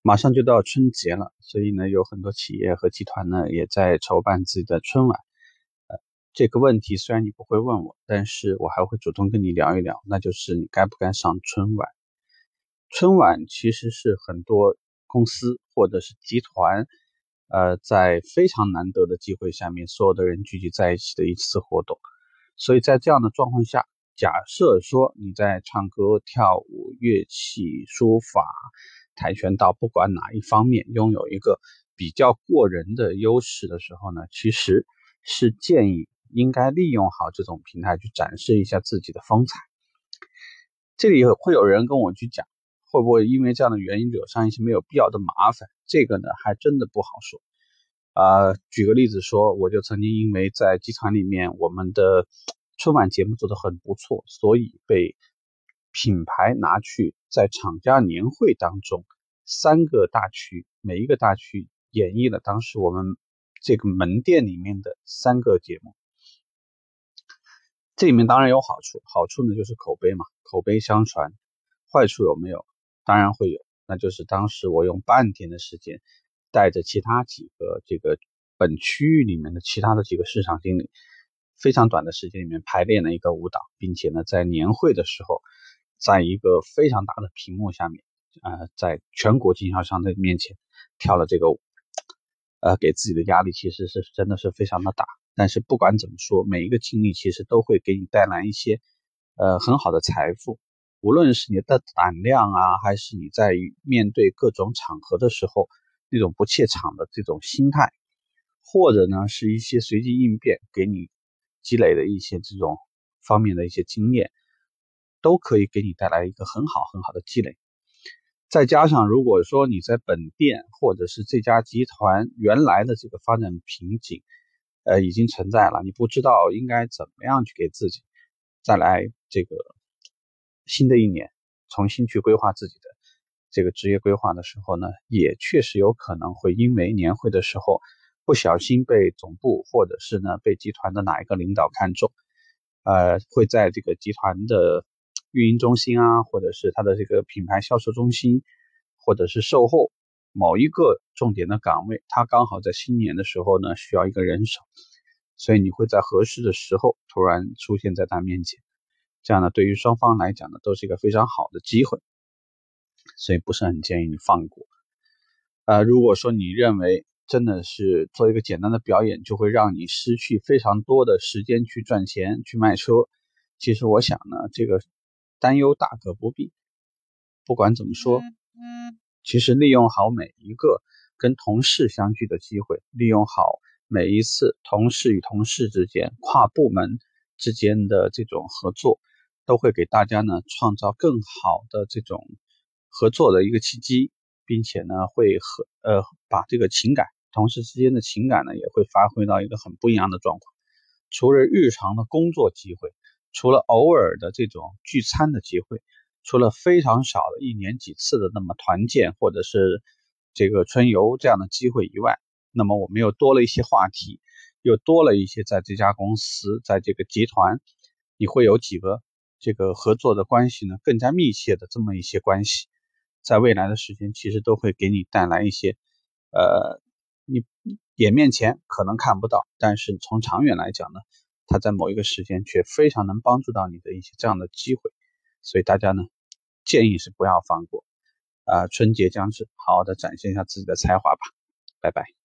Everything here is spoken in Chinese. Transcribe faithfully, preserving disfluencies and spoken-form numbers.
马上就到春节了，所以呢，有很多企业和集团呢也在筹办自己的春晚。呃，这个问题虽然你不会问我，但是我还会主动跟你聊一聊，那就是你该不该上春晚。春晚其实是很多公司或者是集团，呃，在非常难得的机会下面，所有的人聚集在一起的一次活动。所以在这样的状况下，假设说你在唱歌、跳舞、乐器、书法、跆拳道，不管哪一方面拥有一个比较过人的优势的时候呢，其实是建议应该利用好这种平台去展示一下自己的风采。这里会有人跟我去讲，会不会因为这样的原因惹上一些没有必要的麻烦？这个呢，还真的不好说。啊、呃，举个例子说，我就曾经因为在集团里面，我们的春晚节目做得很不错，所以被品牌拿去在厂家年会当中，三个大区，每一个大区演绎了当时我们这个门店里面的三个节目。这里面当然有好处，好处呢就是口碑嘛，口碑相传。坏处有没有？当然会有，那就是当时我用半天的时间，带着其他几个这个本区域里面的其他的几个市场经理，非常短的时间里面排练了一个舞蹈，并且呢，在年会的时候，在一个非常大的屏幕下面，呃，在全国经销商的面前跳了这个舞，呃，给自己的压力其实是真的是非常的大。但是不管怎么说，每一个经历其实都会给你带来一些呃很好的财富，无论是你的胆量啊，还是你在面对各种场合的时候那种不怯场的这种心态，或者呢是一些随机应变给你积累的一些这种方面的一些经验，都可以给你带来一个很好很好的积累。再加上如果说你在本店或者是这家集团原来的这个发展瓶颈呃，已经存在了，你不知道应该怎么样去给自己再来这个新的一年重新去规划自己的这个职业规划的时候呢，也确实有可能会因为年会的时候不小心被总部或者是呢被集团的哪一个领导看中，呃，会在这个集团的运营中心啊，或者是他的这个品牌销售中心，或者是售后某一个重点的岗位，他刚好在新年的时候呢需要一个人手，所以你会在合适的时候突然出现在他面前，这样呢对于双方来讲呢都是一个非常好的机会，所以不是很建议你放过。呃，如果说你认为真的是做一个简单的表演就会让你失去非常多的时间去赚钱去卖车，其实我想呢这个担忧大可不必。不管怎么说，其实利用好每一个跟同事相聚的机会，利用好每一次同事与同事之间跨部门之间的这种合作，都会给大家呢创造更好的这种合作的一个契机，并且呢会和呃把这个情感同事之间的情感呢也会发挥到一个很不一样的状况。除了日常的工作机会，除了偶尔的这种聚餐的机会，除了非常少的一年几次的那么团建或者是这个春游这样的机会以外，那么我们又多了一些话题，又多了一些在这家公司在这个集团你会有几个这个合作的关系呢更加密切的这么一些关系，在未来的时间其实都会给你带来一些呃你眼面前可能看不到，但是从长远来讲呢，它在某一个时间却非常能帮助到你的一些这样的机会。所以大家呢建议是不要放过啊、呃！春节将至，好好的展现一下自己的才华吧，拜拜。